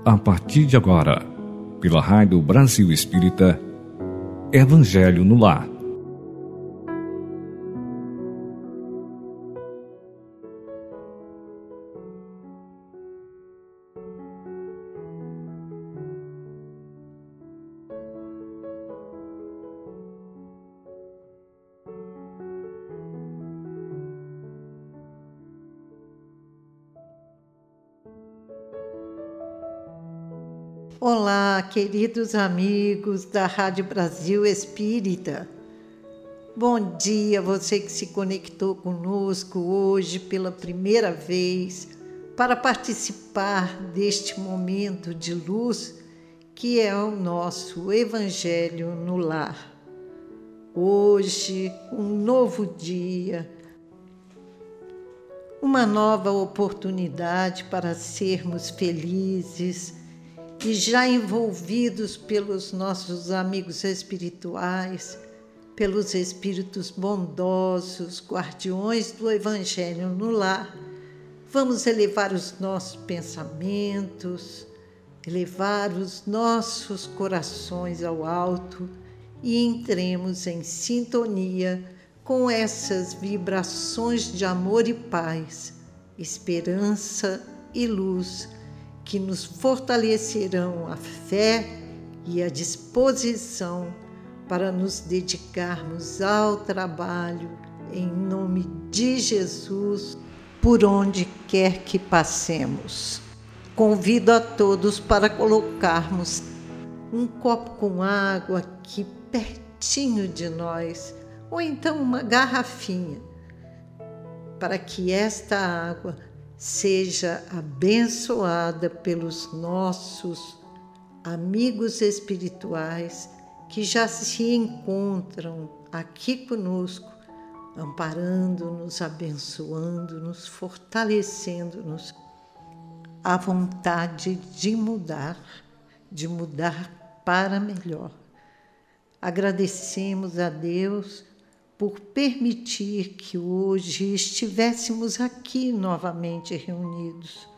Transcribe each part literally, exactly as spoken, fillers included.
a partir de agora, pela Rádio Brasil Espírita, Evangelho no Lar. Olá, queridos amigos da Rádio Brasil Espírita. Bom dia, você que se conectou conosco hoje pela primeira vez para participar deste momento de luz que é o nosso Evangelho no Lar. Hoje, um novo dia, uma nova oportunidade para sermos felizes, e já envolvidos pelos nossos amigos espirituais, pelos espíritos bondosos, guardiões do Evangelho no Lar, vamos elevar os nossos pensamentos, elevar os nossos corações ao alto e entremos em sintonia com essas vibrações de amor e paz, esperança e luz, que nos fortalecerão a fé e a disposição para nos dedicarmos ao trabalho em nome de Jesus, por onde quer que passemos. Convido a todos para colocarmos um copo com água aqui pertinho de nós, ou então uma garrafinha, para que esta água seja abençoada pelos nossos amigos espirituais que já se encontram aqui conosco, amparando-nos, abençoando-nos, fortalecendo-nos a vontade de mudar, de mudar para melhor. Agradecemos a Deus por permitir que hoje estivéssemos aqui novamente reunidos.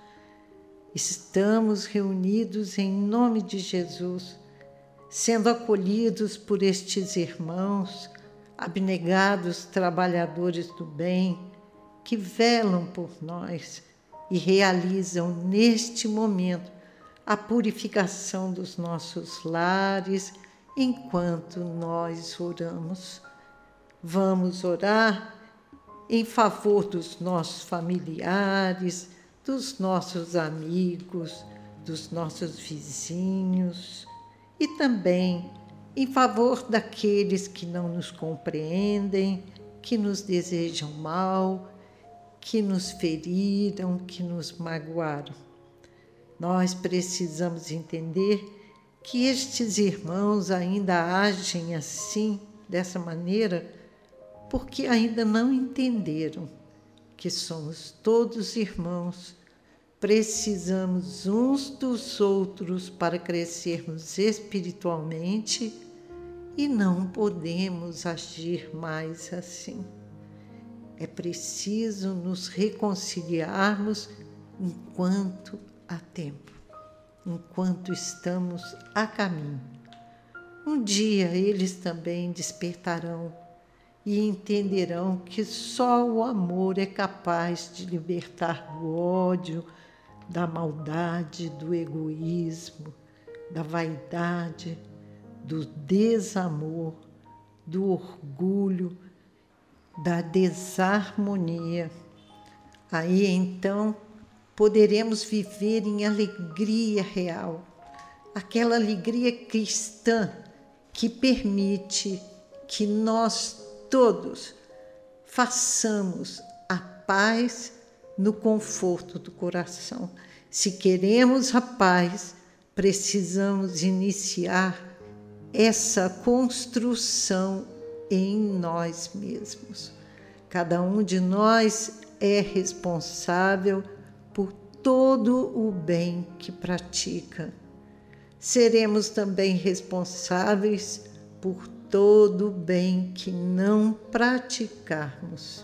Estamos reunidos em nome de Jesus, sendo acolhidos por estes irmãos, abnegados trabalhadores do bem, que velam por nós e realizam neste momento a purificação dos nossos lares enquanto nós oramos. Vamos orar em favor dos nossos familiares, dos nossos amigos, dos nossos vizinhos e também em favor daqueles que não nos compreendem, que nos desejam mal, que nos feriram, que nos magoaram. Nós precisamos entender que estes irmãos ainda agem assim, dessa maneira, porque ainda não entenderam que somos todos irmãos, precisamos uns dos outros para crescermos espiritualmente e não podemos agir mais assim. É preciso nos reconciliarmos enquanto há tempo, enquanto estamos a caminho. Um dia eles também despertarão e entenderão que só o amor é capaz de libertar do ódio, da maldade, do egoísmo, da vaidade, do desamor, do orgulho, da desarmonia. Aí então poderemos viver em alegria real, aquela alegria cristã que permite que nós todos façamos a paz no conforto do coração. Se queremos a paz, precisamos iniciar essa construção em nós mesmos. Cada um de nós é responsável por todo o bem que pratica. Seremos também responsáveis por todo o bem que não praticarmos.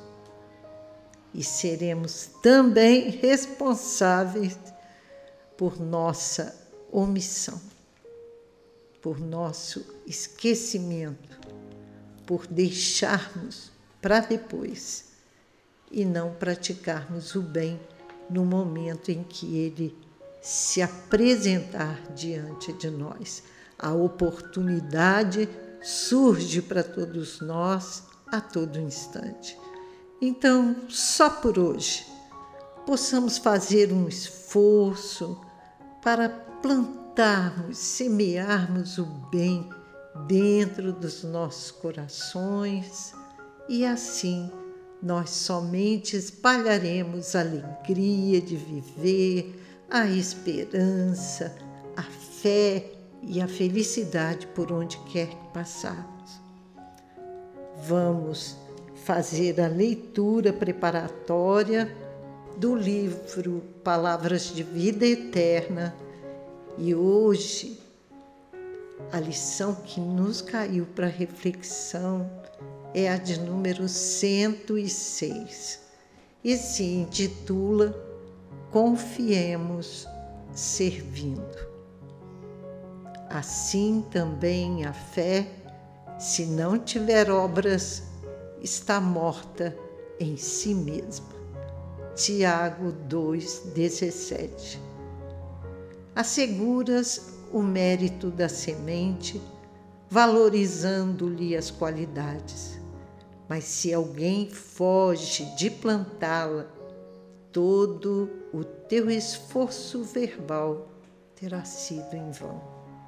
E seremos também responsáveis por nossa omissão, por nosso esquecimento, por deixarmos para depois e não praticarmos o bem no momento em que ele se apresentar diante de nós. A oportunidade surge para todos nós a todo instante. Então, só por hoje, possamos fazer um esforço para plantarmos, semearmos o bem dentro dos nossos corações e assim nós somente espalharemos a alegria de viver, a esperança, a fé e a felicidade por onde quer que passarmos. Vamos fazer a leitura preparatória do livro Palavras de Vida Eterna e hoje a lição que nos caiu para reflexão é a de número cento e seis e se intitula Confiemos servindo. Assim também a fé, se não tiver obras, está morta em si mesma. Tiago dois, dezessete. Asseguras o mérito da semente, valorizando-lhe as qualidades. Mas se alguém foge de plantá-la, todo o teu esforço verbal terá sido em vão.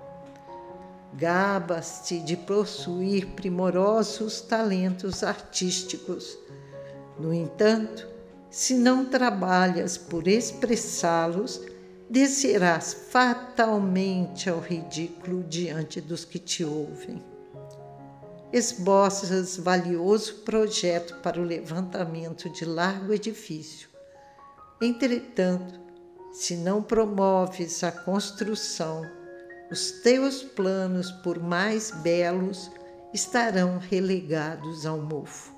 Gabas-te de possuir primorosos talentos artísticos. No entanto, se não trabalhas por expressá-los, descerás fatalmente ao ridículo diante dos que te ouvem. Esboças valioso projeto para o levantamento de largo edifício. Entretanto, se não promoves a construção, os teus planos, por mais belos, estarão relegados ao mofo.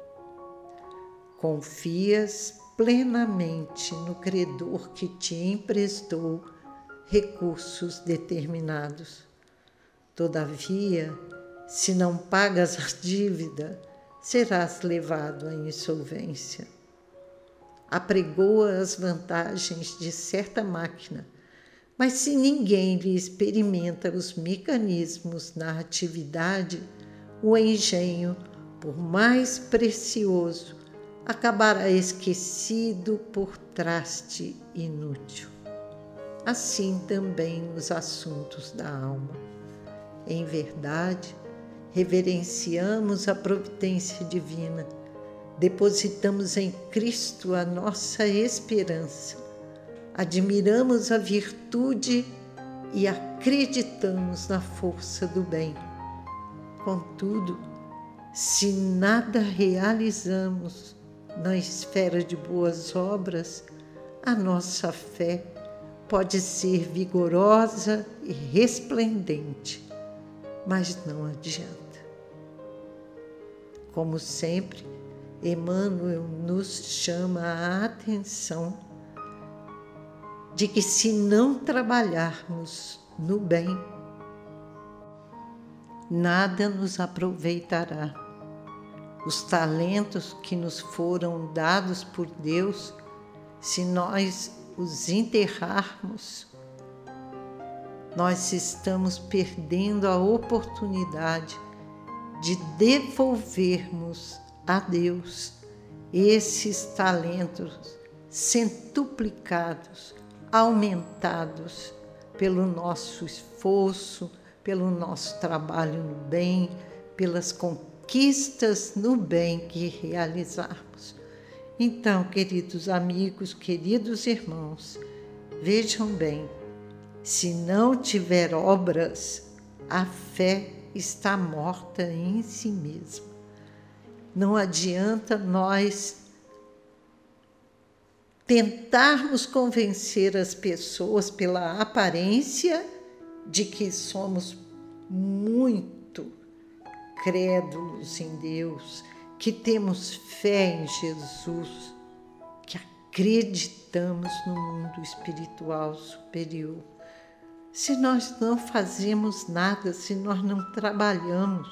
Confias plenamente no credor que te emprestou recursos determinados. Todavia, se não pagas a dívida, serás levado à insolvência. Apregoa as vantagens de certa máquina, mas se ninguém lhe experimenta os mecanismos na atividade, o engenho, por mais precioso, acabará esquecido por traste inútil. Assim também os assuntos da alma. Em verdade, reverenciamos a providência divina, depositamos em Cristo a nossa esperança, admiramos a virtude e acreditamos na força do bem. Contudo, se nada realizamos na esfera de boas obras, a nossa fé pode ser vigorosa e resplendente, mas não adianta. Como sempre, Emmanuel nos chama a atenção de que se não trabalharmos no bem, nada nos aproveitará. Os talentos que nos foram dados por Deus, se nós os enterrarmos, nós estamos perdendo a oportunidade de devolvermos a Deus esses talentos centuplicados, aumentados pelo nosso esforço, pelo nosso trabalho no bem, pelas conquistas no bem que realizarmos. Então, queridos amigos, queridos irmãos, vejam bem, se não tiver obras, a fé está morta em si mesma. Não adianta nós tentarmos convencer as pessoas pela aparência de que somos muito crédulos em Deus, que temos fé em Jesus, que acreditamos no mundo espiritual superior. Se nós não fazemos nada, se nós não trabalhamos,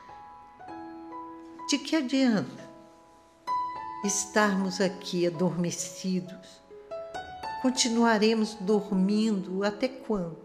de que adianta estarmos aqui adormecidos? Continuaremos dormindo até quando?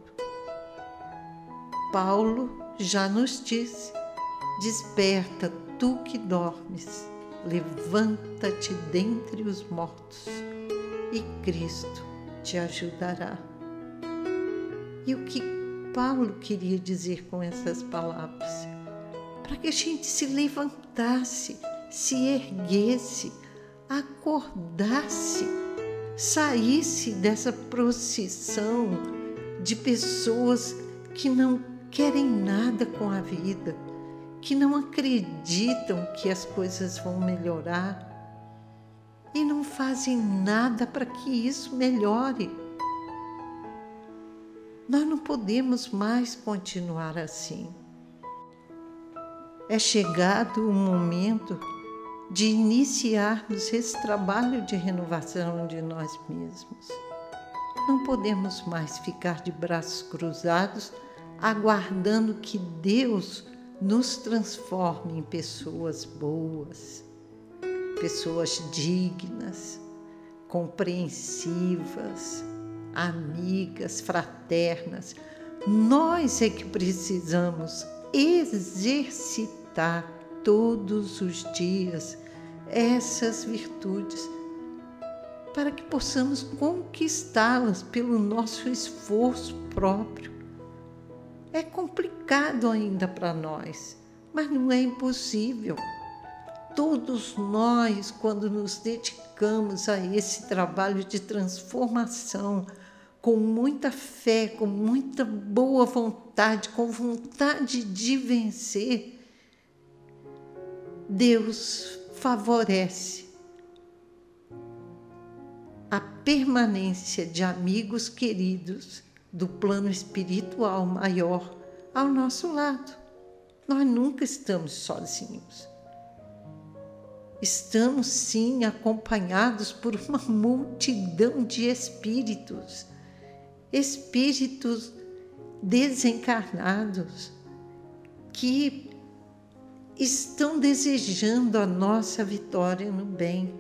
Paulo já nos disse: desperta, tu que dormes, levanta-te dentre os mortos e Cristo te ajudará. E o que Paulo queria dizer com essas palavras? Para que a gente se levantasse, se erguesse, acordasse, saísse dessa procissão de pessoas que não querem nada com a vida, que não acreditam que as coisas vão melhorar e não fazem nada para que isso melhore. Nós não podemos mais continuar assim. É chegado o momento de iniciarmos esse trabalho de renovação de nós mesmos. Não podemos mais ficar de braços cruzados, aguardando que Deus nos transforme em pessoas boas, pessoas dignas, compreensivas, amigas, fraternas. Nós é que precisamos exercitar todos os dias essas virtudes para que possamos conquistá-las pelo nosso esforço próprio. É complicado ainda para nós, mas não é impossível. Todos nós, quando nos dedicamos a esse trabalho de transformação, com muita fé, com muita boa vontade, com vontade de vencer, Deus favorece a permanência de amigos queridos do plano espiritual maior ao nosso lado. Nós nunca estamos sozinhos. Estamos, sim, acompanhados por uma multidão de espíritos, espíritos desencarnados que estão desejando a nossa vitória no bem.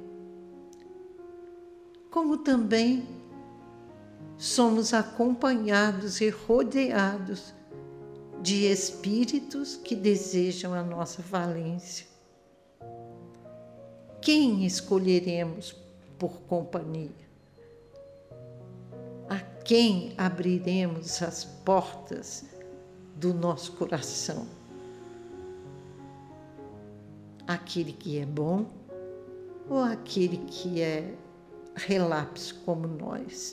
Como também somos acompanhados e rodeados de espíritos que desejam a nossa falência. Quem escolheremos por companhia? A quem abriremos as portas do nosso coração? Aquele que é bom ou aquele que é relapso como nós?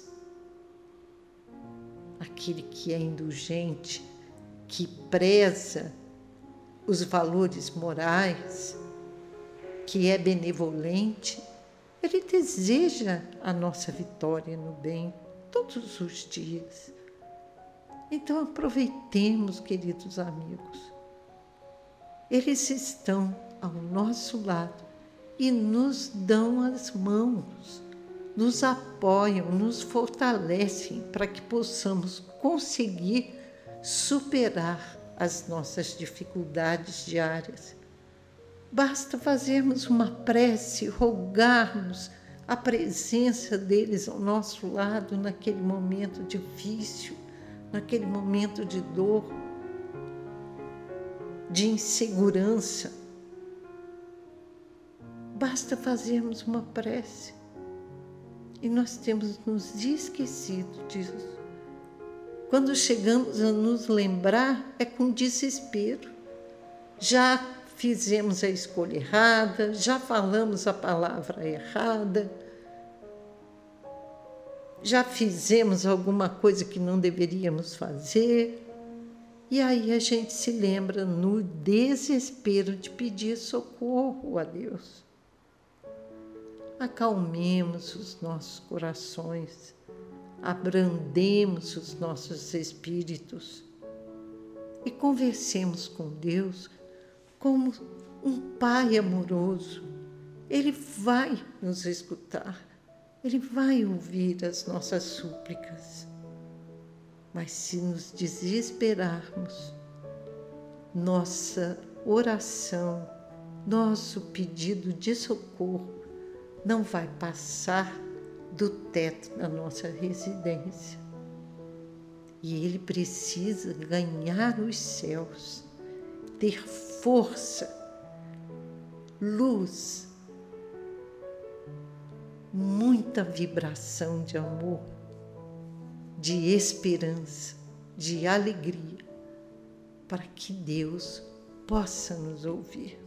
Aquele que é indulgente, que preza os valores morais, que é benevolente, ele deseja a nossa vitória no bem todos os dias. Então aproveitemos, queridos amigos. Eles estão ao nosso lado e nos dão as mãos, nos apoiam, nos fortalecem para que possamos conseguir superar as nossas dificuldades diárias. Basta fazermos uma prece, rogarmos a presença deles ao nosso lado naquele momento difícil, naquele momento de dor, de insegurança. Basta fazermos uma prece e nós temos nos esquecido disso. Quando chegamos a nos lembrar, é com desespero. Já fizemos a escolha errada, já falamos a palavra errada, já fizemos alguma coisa que não deveríamos fazer, e aí a gente se lembra no desespero de pedir socorro a Deus. Acalmemos os nossos corações, abrandemos os nossos espíritos e conversemos com Deus como um Pai amoroso. Ele vai nos escutar, Ele vai ouvir as nossas súplicas. Mas se nos desesperarmos, nossa oração, nosso pedido de socorro não vai passar do teto da nossa residência. E ele precisa ganhar os céus, ter força, luz, muita vibração de amor, de esperança, de alegria, para que Deus possa nos ouvir.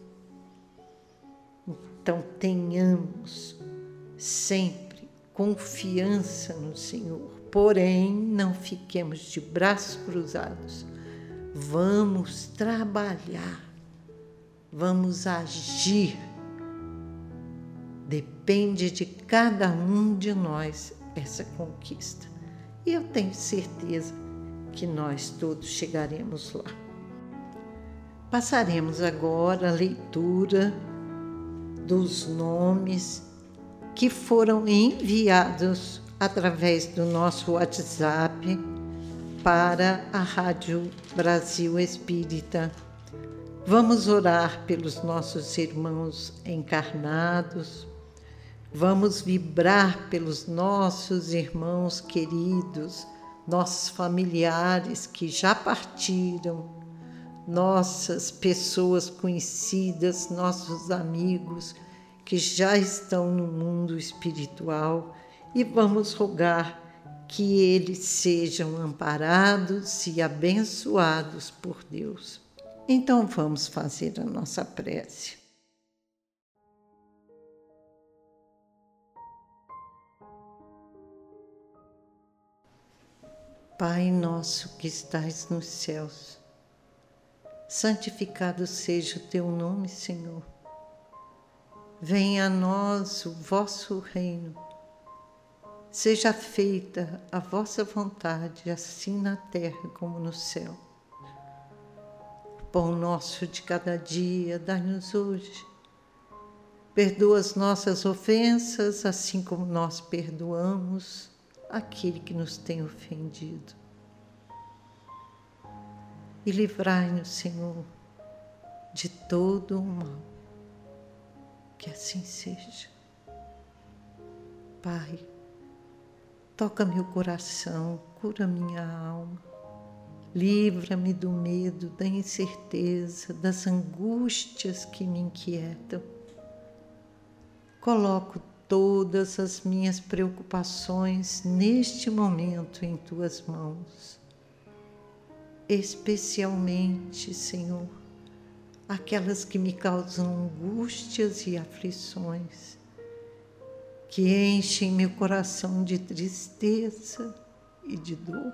Então tenhamos sempre confiança no Senhor, porém não fiquemos de braços cruzados. Vamos trabalhar, vamos agir. Depende de cada um de nós essa conquista. E eu tenho certeza que nós todos chegaremos lá. Passaremos agora a leitura dos nomes que foram enviados através do nosso WhatsApp para a Rádio Brasil Espírita. Vamos orar pelos nossos irmãos encarnados, vamos vibrar pelos nossos irmãos queridos, nossos familiares que já partiram, nossas pessoas conhecidas, nossos amigos que já estão no mundo espiritual, e vamos rogar que eles sejam amparados e abençoados por Deus. Então vamos fazer a nossa prece. Pai nosso que estais nos céus, santificado seja o teu nome, Senhor. Venha a nós o vosso reino. Seja feita a vossa vontade, assim na terra como no céu. O pão nosso de cada dia, dai-nos hoje. Perdoa as nossas ofensas, assim como nós perdoamos aquele que nos tem ofendido. E livrai-nos, Senhor, de todo o mal. Que assim seja. Pai, toca meu coração, cura minha alma, livra-me do medo, da incerteza, das angústias que me inquietam. Coloco todas as minhas preocupações neste momento em tuas mãos, especialmente, Senhor, aquelas que me causam angústias e aflições, que enchem meu coração de tristeza e de dor.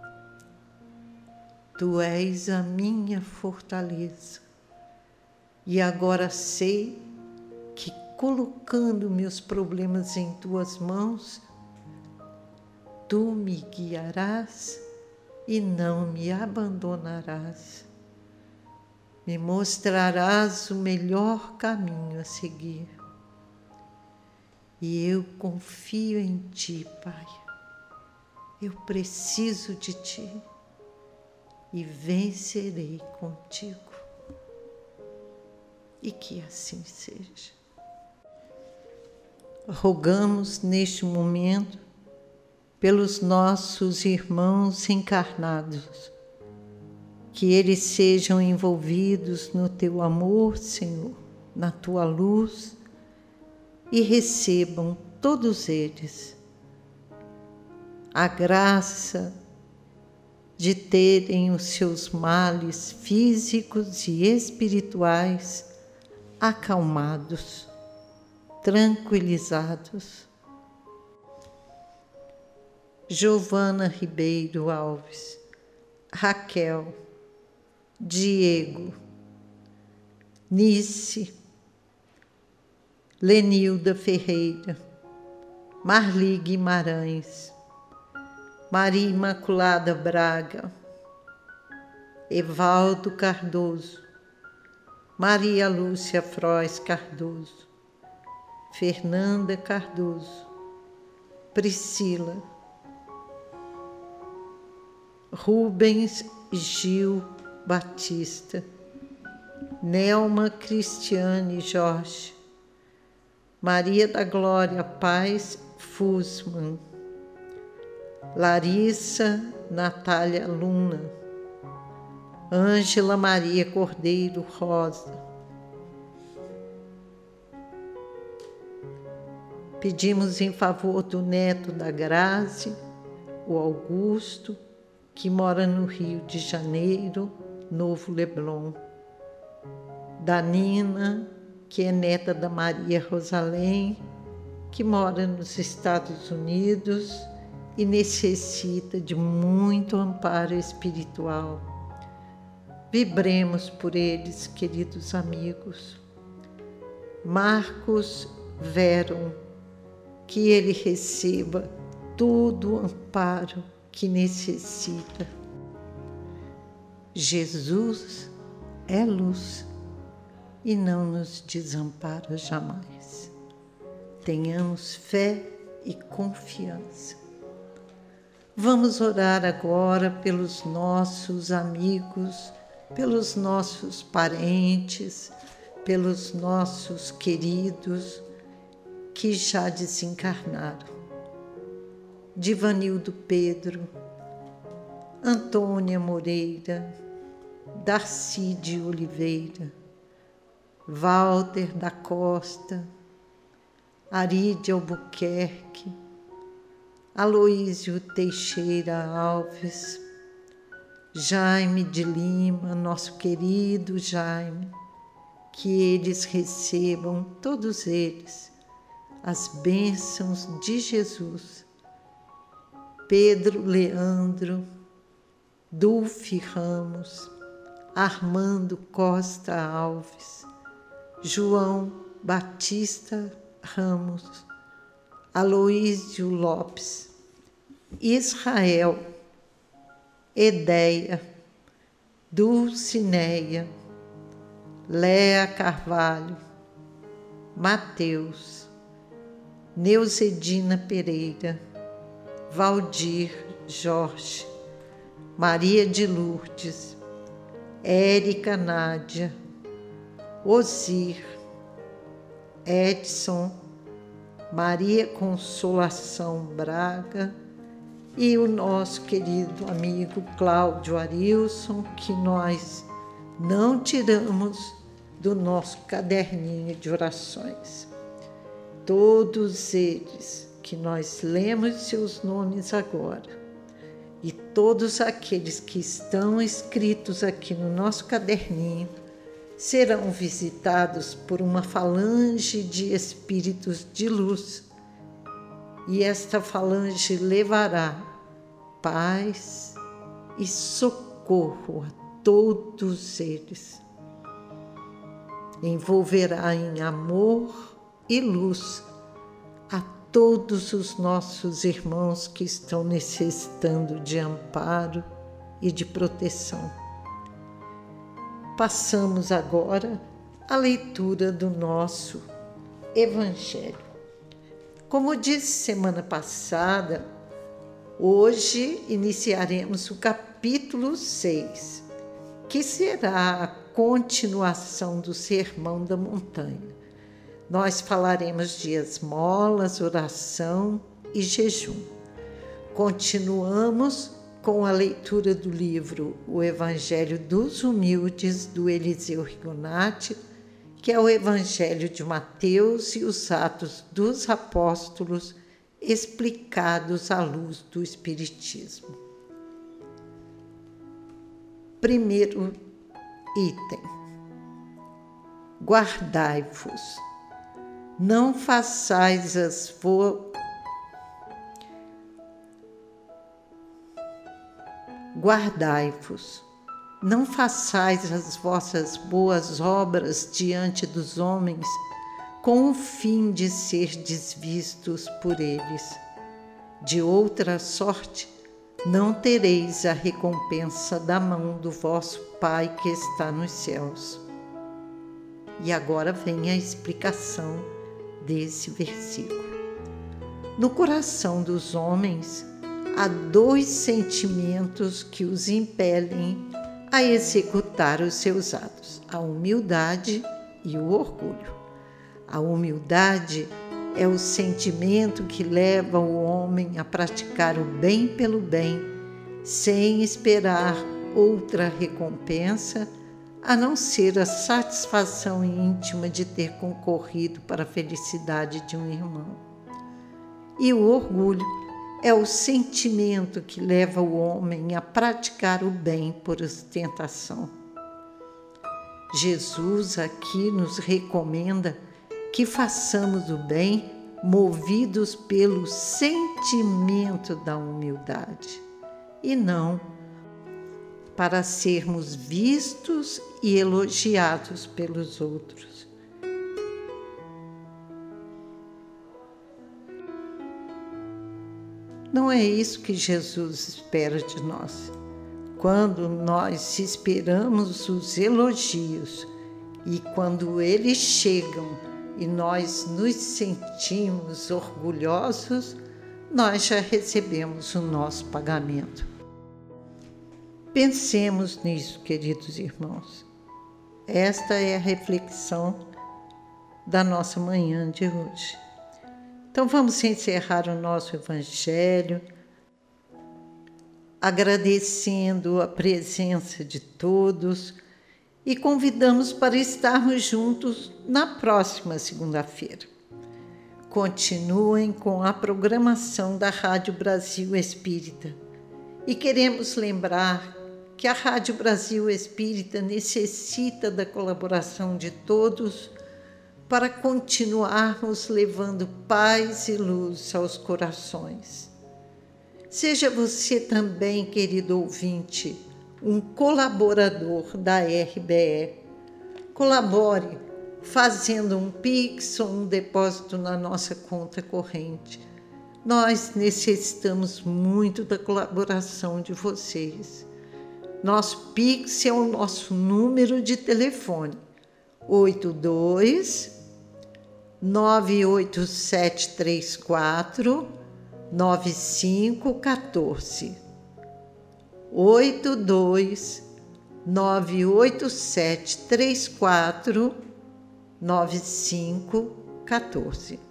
Tu és a minha fortaleza, e agora sei que, colocando meus problemas em tuas mãos, tu me guiarás e não me abandonarás. Me mostrarás o melhor caminho a seguir. E eu confio em ti, Pai. Eu preciso de ti e vencerei contigo. E que assim seja. Rogamos neste momento pelos nossos irmãos encarnados, que eles sejam envolvidos no teu amor, Senhor, na tua luz, e recebam todos eles a graça de terem os seus males físicos e espirituais acalmados, tranquilizados. Giovana Ribeiro Alves, Raquel, Diego, Nice, Lenilda Ferreira, Marli Guimarães, Maria Imaculada Braga, Evaldo Cardoso, Maria Lúcia Frois Cardoso, Fernanda Cardoso, Priscila, Rubens Gil Batista, Nelma Cristiane Jorge, Maria da Glória Paz Fusman, Larissa Natália Luna, Ângela Maria Cordeiro Rosa. Pedimos em favor do neto da Grazi, o Augusto, que mora no Rio de Janeiro, Novo Leblon. Da Nina, que é neta da Maria Rosalém, que mora nos Estados Unidos e necessita de muito amparo espiritual. Vibremos por eles, queridos amigos. Marcos Veron, que ele receba todo o amparo que necessita. Jesus é luz e não nos desampara jamais. Tenhamos fé e confiança. Vamos orar agora pelos nossos amigos, pelos nossos parentes, pelos nossos queridos que já desencarnaram. Divanildo Pedro, Antônia Moreira, Darcy de Oliveira, Walter da Costa, Aride Albuquerque, Aloísio Teixeira Alves, Jaime de Lima, nosso querido Jaime, que eles recebam, todos eles, as bênçãos de Jesus. Pedro Leandro, Dulce Ramos, Armando Costa Alves, João Batista Ramos, Aloísio Lopes, Israel, Edeia, Dulcineia, Léa Carvalho, Mateus, Neuzedina Pereira, Valdir Jorge, Maria de Lourdes, Érica Nádia, Osir, Edson, Maria Consolação Braga e o nosso querido amigo Cláudio Arilson, que nós não tiramos do nosso caderninho de orações. Todos eles que nós lemos seus nomes agora, e todos aqueles que estão escritos aqui no nosso caderninho, serão visitados por uma falange de espíritos de luz, e esta falange levará paz e socorro a todos eles. Envolverá em amor e luz a todos os nossos irmãos que estão necessitando de amparo e de proteção. Passamos agora à leitura do nosso Evangelho. Como disse semana passada, hoje iniciaremos o capítulo seis, que será a continuação do Sermão da Montanha. Nós falaremos de esmolas, oração e jejum. Continuamos com a leitura do livro O Evangelho dos Humildes, do Eliseu Rigonati, que é o Evangelho de Mateus e os Atos dos Apóstolos explicados à luz do Espiritismo. Primeiro item. Guardai-vos. Não façais as vo... Guardai-vos. Não façais as vossas boas obras diante dos homens, com o fim de ser desvistos por eles. De outra sorte, não tereis a recompensa da mão do vosso Pai que está nos céus. E agora vem a explicação desse versículo. No coração dos homens há dois sentimentos que os impelem a executar os seus atos: a humildade e o orgulho. A humildade é o sentimento que leva o homem a praticar o bem pelo bem, sem esperar outra recompensa, a não ser a satisfação íntima de ter concorrido para a felicidade de um irmão. E o orgulho é o sentimento que leva o homem a praticar o bem por ostentação. Jesus aqui nos recomenda que façamos o bem movidos pelo sentimento da humildade e não para sermos vistos e elogiados pelos outros. Não é isso que Jesus espera de nós. Quando nós esperamos os elogios e quando eles chegam e nós nos sentimos orgulhosos, nós já recebemos o nosso pagamento. Pensemos nisso, queridos irmãos. Esta é a reflexão da nossa manhã de hoje. Então vamos encerrar o nosso Evangelho, agradecendo a presença de todos e convidamos para estarmos juntos na próxima segunda-feira. Continuem com a programação da Rádio Brasil Espírita. E queremos lembrar que a Rádio Brasil Espírita necessita da colaboração de todos para continuarmos levando paz e luz aos corações. Seja você também, querido ouvinte, um colaborador da R B E. Colabore fazendo um Pix ou um depósito na nossa conta corrente. Nós necessitamos muito da colaboração de vocês. Nosso Pix é o nosso número de telefone, oito dois nove oito sete três quatro nove cinco um quatro. oito dois nove oito sete três quatro nove cinco um quatro.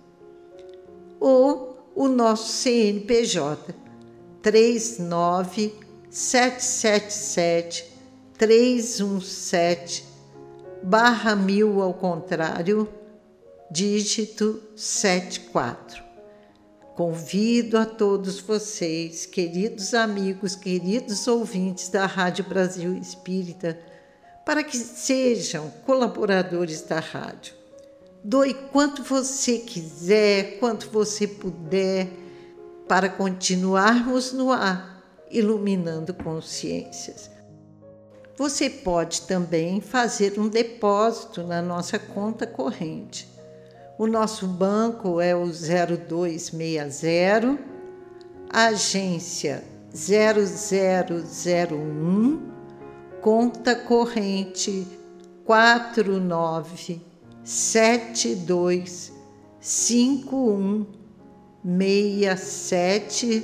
Ou o nosso C N P J três nove sete sete sete três um sete barra mil ao contrário, dígito setenta e quatro. Convido a todos vocês, queridos amigos, queridos ouvintes da Rádio Brasil Espírita, para que sejam colaboradores da rádio. Doe quanto você quiser, quanto você puder, para continuarmos no ar, iluminando consciências. Você pode também fazer um depósito na nossa conta corrente. O nosso banco é o zero dois seis zero, agência zero zero zero um, conta corrente quatro nove sete dois cinco um seis sete,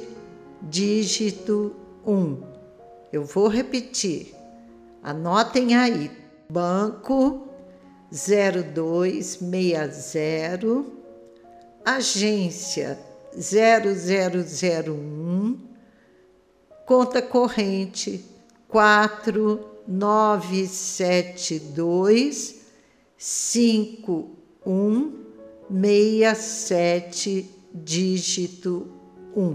dígito um. Eu vou repetir. Anotem aí, banco zero dois seis zero, agência zero zero zero um, conta corrente quatro nove sete dois cinco um seis sete, dígito um.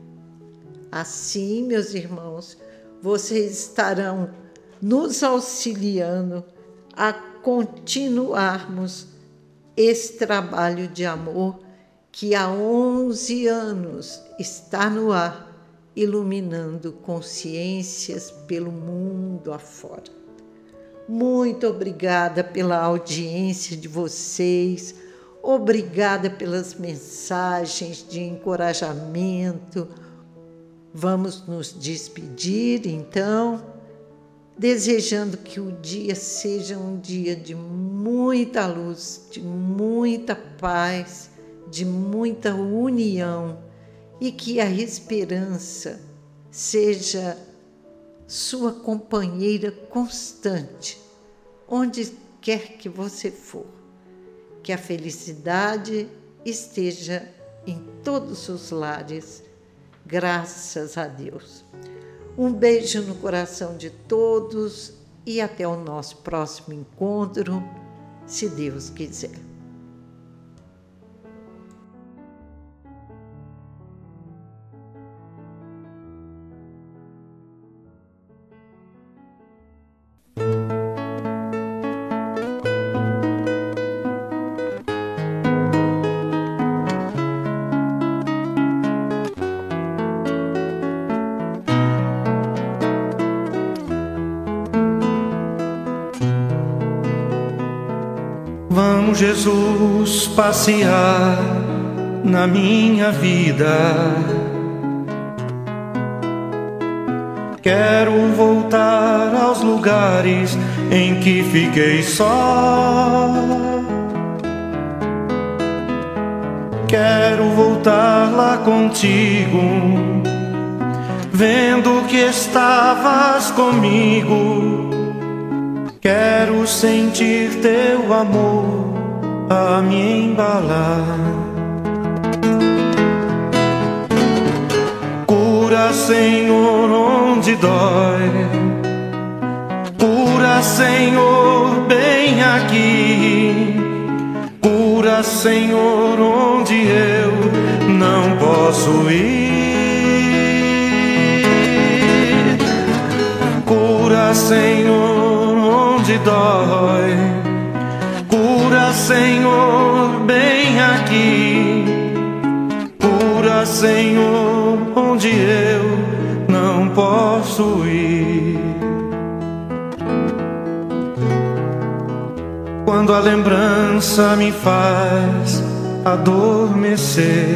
Assim, meus irmãos, vocês estarão nos auxiliando a continuarmos esse trabalho de amor que há onze anos está no ar, iluminando consciências pelo mundo afora. Muito obrigada pela audiência de vocês, obrigada pelas mensagens de encorajamento. Vamos nos despedir, então, desejando que o dia seja um dia de muita luz, de muita paz, de muita união e que a esperança seja sua companheira constante, onde quer que você for. Que a felicidade esteja em todos os lares, graças a Deus. Um beijo no coração de todos e até o nosso próximo encontro, se Deus quiser. Vamos, Jesus, passear na minha vida. Quero voltar aos lugares em que fiquei só. Quero voltar lá contigo, vendo que estavas comigo. Quero sentir teu amor a me embalar. Cura, Senhor, onde dói. Cura, Senhor, bem aqui. Cura, Senhor, onde eu não posso ir. Cura, Senhor, onde dói. Cura, Senhor, bem aqui. Cura, Senhor, onde eu não posso ir. Quando a lembrança me faz adormecer,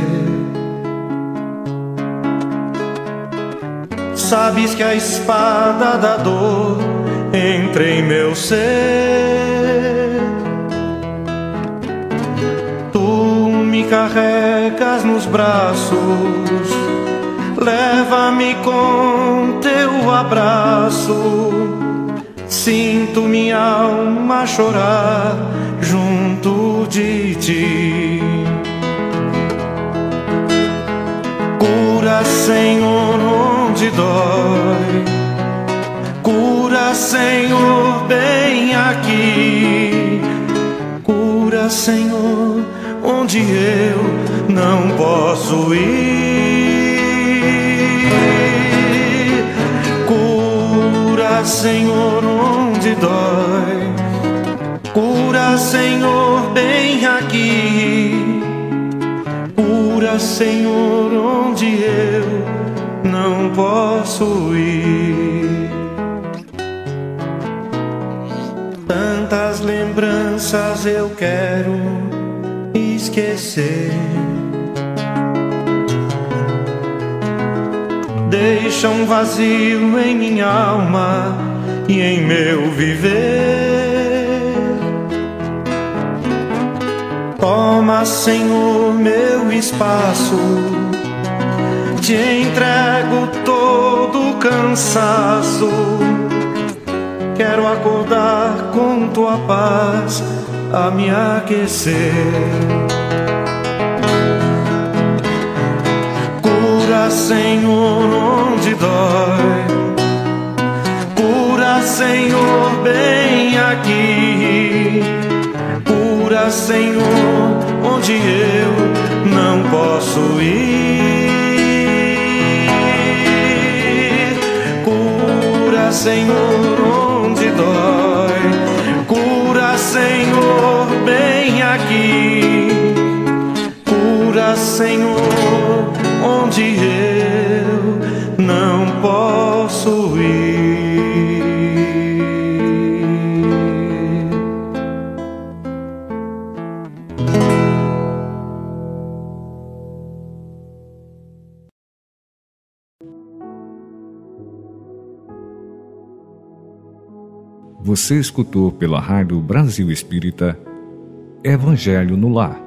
sabes que a espada da dor entra em meu ser. Tu me carregas nos braços, leva-me com teu abraço. Sinto minha alma chorar junto de ti. Cura, Senhor, onde dói. Cura, Senhor, bem aqui. Cura, Senhor, onde eu não posso ir. Cura, Senhor, onde dói. Cura, Senhor, bem aqui. Cura, Senhor, onde eu não posso ir. Tantas lembranças eu quero esquecer, deixa um vazio em minha alma e em meu viver. Toma, Senhor, meu espaço, te entrego todo o cansaço. Quero acordar com tua paz a me aquecer. Cura, Senhor, onde dói. Cura, Senhor, bem aqui. Cura, Senhor, onde eu não posso ir. Cura, Senhor, onde dói. Cura, Senhor, bem aqui. Cura, Senhor, onde eu não posso ir. Você escutou pela Rádio Brasil Espírita Evangelho no Lar.